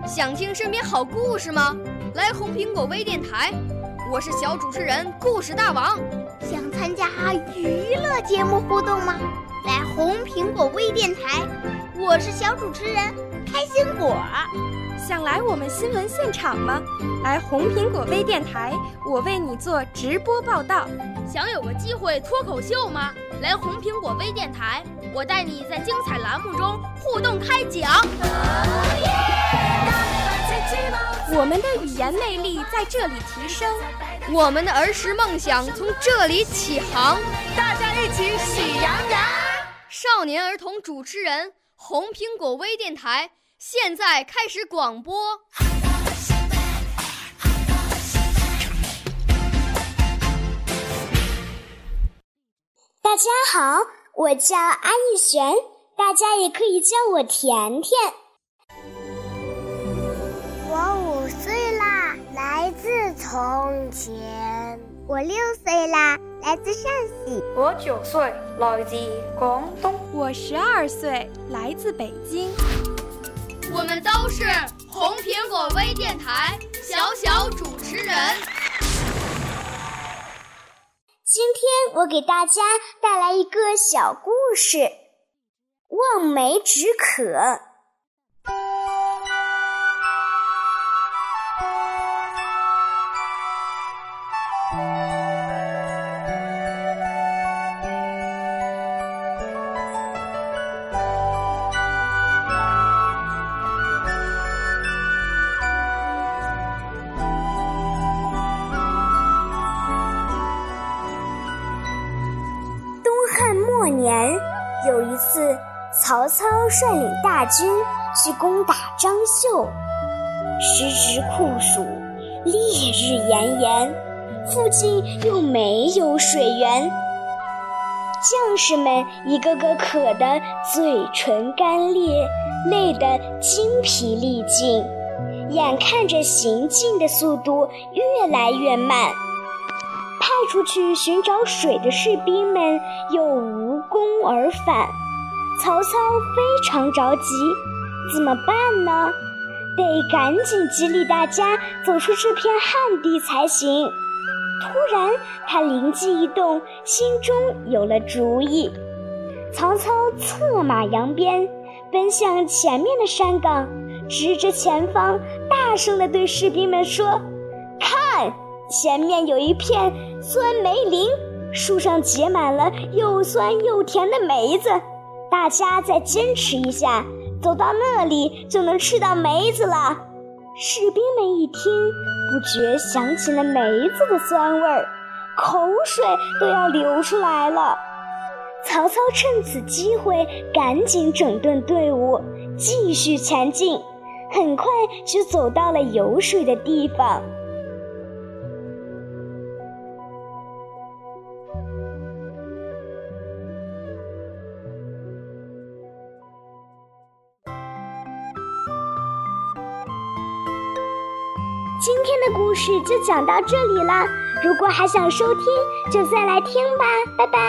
想听身边好故事吗？来红苹果微电台，我是小主持人故事大王。 想参加娱乐节目互动吗？来红苹果微电台，我是小主持人开心果。 想来我们新闻现场吗？来红苹果微电台，我为你做直播报道。 想有个机会脱口秀吗？来红苹果微电台，我带你在精彩栏目中互动开讲。 我们的语言魅力在这里提升， 我们的儿时梦想从这里起航， 大家一起喜羊羊。 少年儿童主持人，红苹果微电台现在开始广播。 大家好，我叫安逸璇，大家也可以叫我甜甜。 我5岁啦，来自从前。 我6岁啦，来自陕西。 我9岁，来自广东。 我12岁，来自北京。 我们都是红苹果微电台小主持人。 今天我给大家带来一个小故事，望梅止渴。汉末年，有一次，曹操率领大军去攻打张绣。时值酷暑，烈日炎炎，附近又没有水源，将士们一个个渴得嘴唇干裂，累得精疲力尽，眼看着行进的速度越来越慢。派出去寻找水的士兵们又无功而返，曹操非常着急，怎么办呢？得赶紧激励大家走出这片旱地才行。突然他灵机一动，心中有了主意。曹操策马扬鞭，奔向前面的山岗，指着前方大声地对士兵们说：看，前面有一片酸梅林，树上结满了又酸又甜的梅子，大家再坚持一下，走到那里就能吃到梅子了。士兵们一听，不觉想起了梅子的酸味儿，口水都要流出来了。曹操趁此机会赶紧整顿队伍，继续前进，很快就走到了有水的地方。今天的故事就讲到这里了，如果还想收听，就再来听吧，拜拜。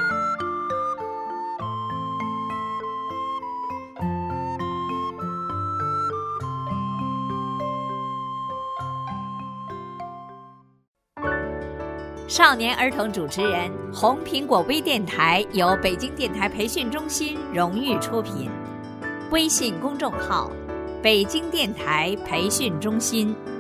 少年儿童主持人，红苹果微电台由北京电台培训中心荣誉出品，微信公众号：北京电台培训中心。